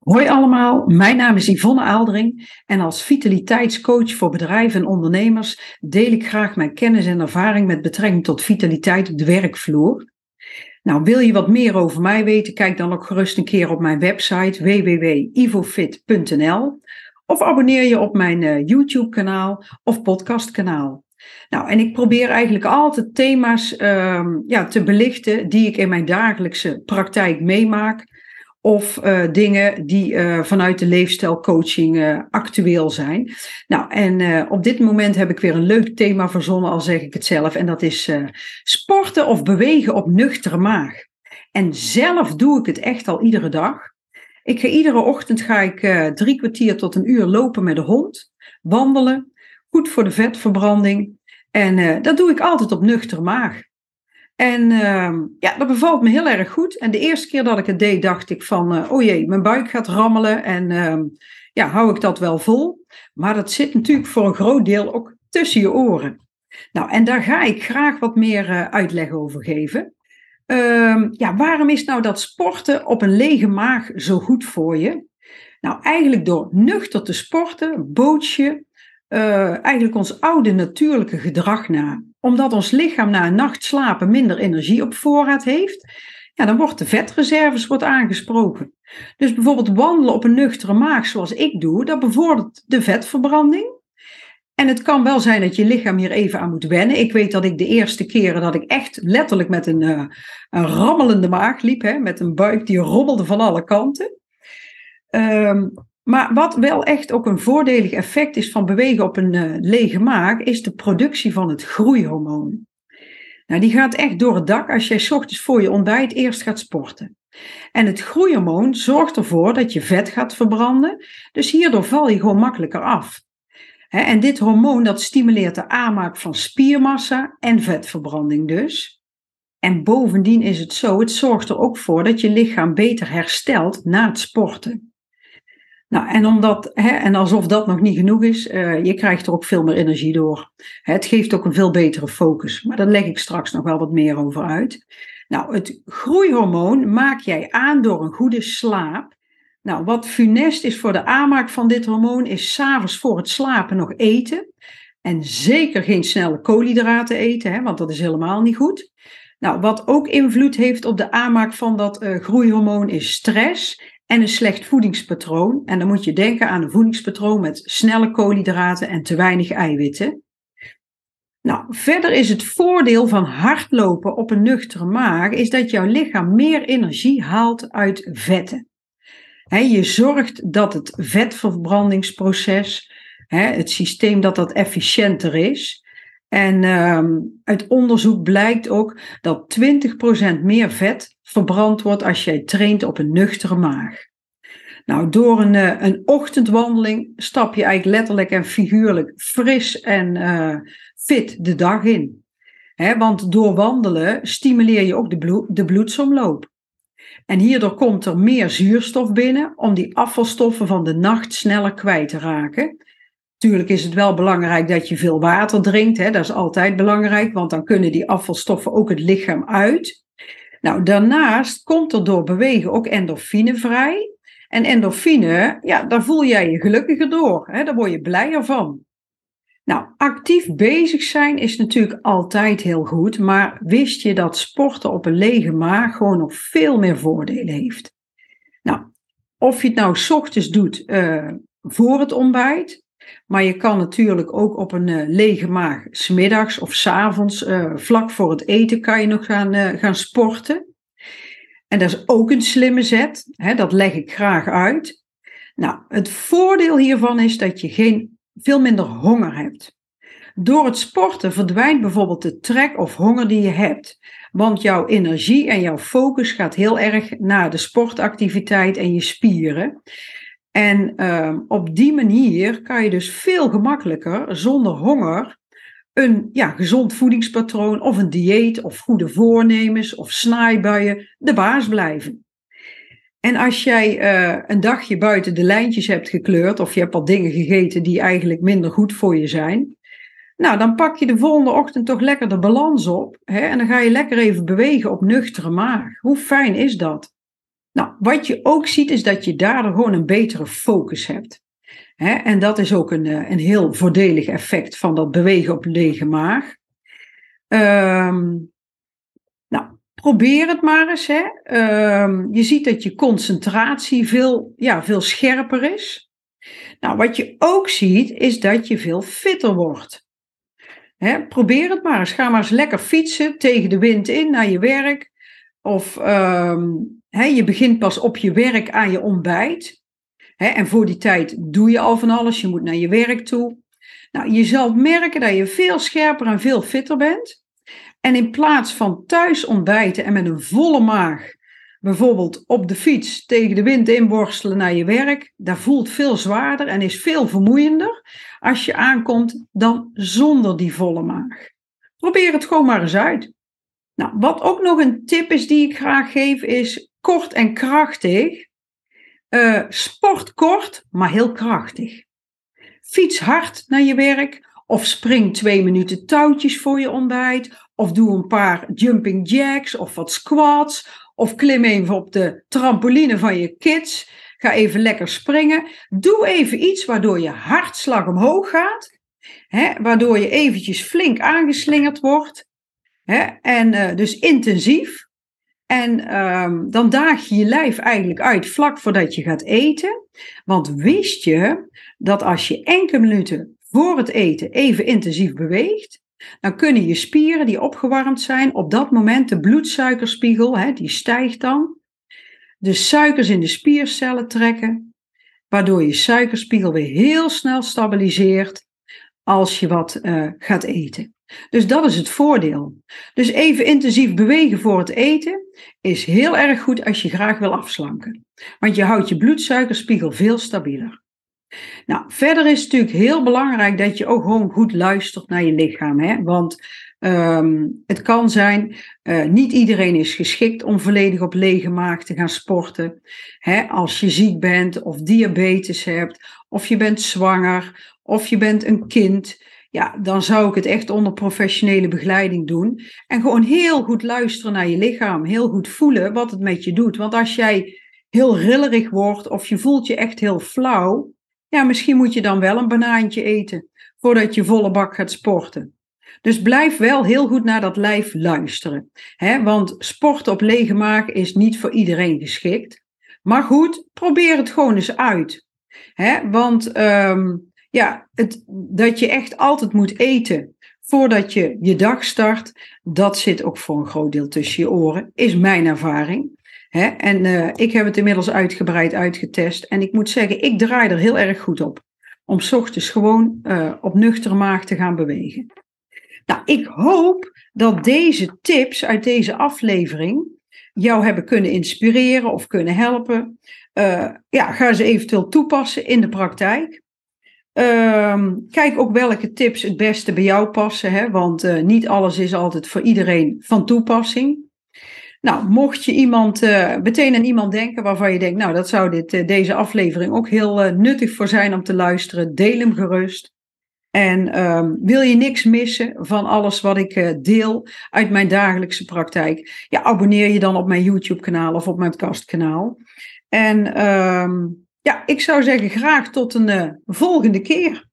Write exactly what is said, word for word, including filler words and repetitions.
Hoi allemaal, mijn naam is Yvonne Aaldering en als vitaliteitscoach voor bedrijven en ondernemers deel ik graag mijn kennis en ervaring met betrekking tot vitaliteit op de werkvloer. Nou, wil je wat meer over mij weten, kijk dan ook gerust een keer op mijn website w w w punt ivofit punt n l of abonneer je op mijn uh, YouTube kanaal of podcastkanaal. Nou, en ik probeer eigenlijk altijd thema's uh, ja, te belichten die ik in mijn dagelijkse praktijk meemaak. Of uh, dingen die uh, vanuit de leefstijlcoaching uh, actueel zijn. Nou, en uh, op dit moment heb ik weer een leuk thema verzonnen, al zeg ik het zelf. En dat is uh, sporten of bewegen op nuchtere maag. En zelf doe ik het echt al iedere dag. Ik ga iedere ochtend ga ik uh, drie kwartier tot een uur lopen met de hond. Wandelen, goed voor de vetverbranding. En uh, dat doe ik altijd op nuchtere maag. En uh, ja, dat bevalt me heel erg goed. En de eerste keer dat ik het deed, dacht ik van, uh, oh jee, mijn buik gaat rammelen. En uh, ja, hou ik dat wel vol? Maar dat zit natuurlijk voor een groot deel ook tussen je oren. Nou, en daar ga ik graag wat meer uh, uitleg over geven. Uh, ja, waarom is nou dat sporten op een lege maag zo goed voor je? Nou, eigenlijk door nuchter te sporten, boots je uh, eigenlijk ons oude natuurlijke gedrag na. Omdat ons lichaam na een nacht slapen minder energie op voorraad heeft, ja, dan wordt de vetreserves wordt aangesproken. Dus bijvoorbeeld wandelen op een nuchtere maag zoals ik doe, dat bevordert de vetverbranding. En het kan wel zijn dat je lichaam hier even aan moet wennen. Ik weet dat ik de eerste keren dat ik echt letterlijk met een, uh, een rammelende maag liep, hè, met een buik die rommelde van alle kanten. Um, Maar wat wel echt ook een voordelig effect is van bewegen op een uh, lege maag, is de productie van het groeihormoon. Nou, die gaat echt door het dak als jij 's ochtends voor je ontbijt eerst gaat sporten. En het groeihormoon zorgt ervoor dat je vet gaat verbranden, dus hierdoor val je gewoon makkelijker af. He, en dit hormoon dat stimuleert de aanmaak van spiermassa en vetverbranding dus. En bovendien is het zo, het zorgt er ook voor dat je lichaam beter herstelt na het sporten. Nou, en, omdat, hè, en alsof dat nog niet genoeg is, uh, je krijgt er ook veel meer energie door. Hè, het geeft ook een veel betere focus, maar daar leg ik straks nog wel wat meer over uit. Nou, het groeihormoon maak jij aan door een goede slaap. Nou, wat funest is voor de aanmaak van dit hormoon is 's avonds voor het slapen nog eten. En zeker geen snelle koolhydraten eten, hè, want dat is helemaal niet goed. Nou, wat ook invloed heeft op de aanmaak van dat uh, groeihormoon is stress en een slecht voedingspatroon. En dan moet je denken aan een voedingspatroon met snelle koolhydraten en te weinig eiwitten. Nou, verder is het voordeel van hardlopen op een nuchtere maag is dat jouw lichaam meer energie haalt uit vetten. He, je zorgt dat het vetverbrandingsproces, he, het systeem dat dat efficiënter is. En um, uit onderzoek blijkt ook dat twintig procent meer vet verbrand wordt als jij traint op een nuchtere maag. Nou, door een, uh, een ochtendwandeling stap je eigenlijk letterlijk en figuurlijk fris en uh, fit de dag in. He, want door wandelen stimuleer je ook de, bloed, de bloedsomloop. En hierdoor komt er meer zuurstof binnen om die afvalstoffen van de nacht sneller kwijt te raken. Tuurlijk is het wel belangrijk dat je veel water drinkt. Hè? Dat is altijd belangrijk, want dan kunnen die afvalstoffen ook het lichaam uit. Nou, daarnaast komt er door bewegen ook endorfine vrij. En endorfine, ja, daar voel jij je gelukkiger door. Hè? Daar word je blijer van. Nou, actief bezig zijn is natuurlijk altijd heel goed. Maar wist je dat sporten op een lege maag gewoon nog veel meer voordelen heeft? Nou, of je het nou 's ochtends doet uh, voor het ontbijt. Maar je kan natuurlijk ook op een uh, lege maag 's middags of 's avonds, uh, vlak voor het eten, kan je nog gaan, uh, gaan sporten. En dat is ook een slimme zet, hè, dat leg ik graag uit. Nou, het voordeel hiervan is dat je geen, veel minder honger hebt. Door het sporten verdwijnt bijvoorbeeld de trek of honger die je hebt. Want jouw energie en jouw focus gaat heel erg naar de sportactiviteit en je spieren. En uh, op die manier kan je dus veel gemakkelijker, zonder honger, een ja, gezond voedingspatroon of een dieet of goede voornemens of snaaibuien de baas blijven. En als jij uh, een dagje buiten de lijntjes hebt gekleurd of je hebt wat dingen gegeten die eigenlijk minder goed voor je zijn, nou, dan pak je de volgende ochtend toch lekker de balans op, hè, en dan ga je lekker even bewegen op nuchtere maag. Hoe fijn is dat? Nou, wat je ook ziet is dat je daardoor gewoon een betere focus hebt. Hè? En dat is ook een, een heel voordelig effect van dat bewegen op lege maag. Um, nou, probeer het maar eens. Hè? Um, je ziet dat je concentratie veel, ja, veel scherper is. Nou, wat je ook ziet is dat je veel fitter wordt. Hè? Probeer het maar eens. Ga maar eens lekker fietsen tegen de wind in naar je werk. Of um, he, je begint pas op je werk aan je ontbijt. He, en voor die tijd doe je al van alles. Je moet naar je werk toe. Nou, je zal merken dat je veel scherper en veel fitter bent. En in plaats van thuis ontbijten en met een volle maag, bijvoorbeeld op de fiets tegen de wind inworstelen naar je werk, dat voelt veel zwaarder en is veel vermoeiender als je aankomt dan zonder die volle maag. Probeer het gewoon maar eens uit. Nou, wat ook nog een tip is die ik graag geef, is kort en krachtig. Uh, sport kort, maar heel krachtig. Fiets hard naar je werk, of spring twee minuten touwtjes voor je ontbijt, of doe een paar jumping jacks, of wat squats, of klim even op de trampoline van je kids. Ga even lekker springen. Doe even iets waardoor je hartslag omhoog gaat, hè, waardoor je eventjes flink aangeslingerd wordt. He, en uh, dus intensief. En um, dan daag je je lijf eigenlijk uit vlak voordat je gaat eten. Want wist je dat als je enkele minuten voor het eten even intensief beweegt, dan kunnen je spieren die opgewarmd zijn op dat moment de bloedsuikerspiegel, he, die stijgt dan. De suikers in de spiercellen trekken, waardoor je suikerspiegel weer heel snel stabiliseert als je wat uh, gaat eten. Dus dat is het voordeel. Dus even intensief bewegen voor het eten is heel erg goed als je graag wil afslanken. Want je houdt je bloedsuikerspiegel veel stabieler. Nou, verder is het natuurlijk heel belangrijk dat je ook gewoon goed luistert naar je lichaam. Hè? Want um, het kan zijn, uh, niet iedereen is geschikt om volledig op lege maag te gaan sporten. Hè? Als je ziek bent of diabetes hebt, of je bent zwanger, of je bent een kind. Ja, dan zou ik het echt onder professionele begeleiding doen. En gewoon heel goed luisteren naar je lichaam. Heel goed voelen wat het met je doet. Want als jij heel rillerig wordt of je voelt je echt heel flauw, ja, misschien moet je dan wel een banaantje eten voordat je volle bak gaat sporten. Dus blijf wel heel goed naar dat lijf luisteren. Hè? Want sporten op lege maag is niet voor iedereen geschikt. Maar goed, probeer het gewoon eens uit. Hè? Want um, ja, het, dat je echt altijd moet eten voordat je je dag start, dat zit ook voor een groot deel tussen je oren, is mijn ervaring. Hè? En uh, ik heb het inmiddels uitgebreid uitgetest en ik moet zeggen, ik draai er heel erg goed op. Om 's ochtends gewoon uh, op nuchtere maag te gaan bewegen. Nou, ik hoop dat deze tips uit deze aflevering jou hebben kunnen inspireren of kunnen helpen. Uh, ja, ga ze eventueel toepassen in de praktijk. Uh, kijk ook welke tips het beste bij jou passen, hè? Want uh, niet alles is altijd voor iedereen van toepassing. Nou, mocht je iemand, uh, meteen aan iemand denken waarvan je denkt, nou, dat zou dit, uh, deze aflevering ook heel uh, nuttig voor zijn om te luisteren, deel hem gerust. En uh, wil je niks missen van alles wat ik uh, deel uit mijn dagelijkse praktijk, ja, abonneer je dan op mijn YouTube-kanaal of op mijn podcastkanaal. En uh, ja, ik zou zeggen graag tot een uh, volgende keer.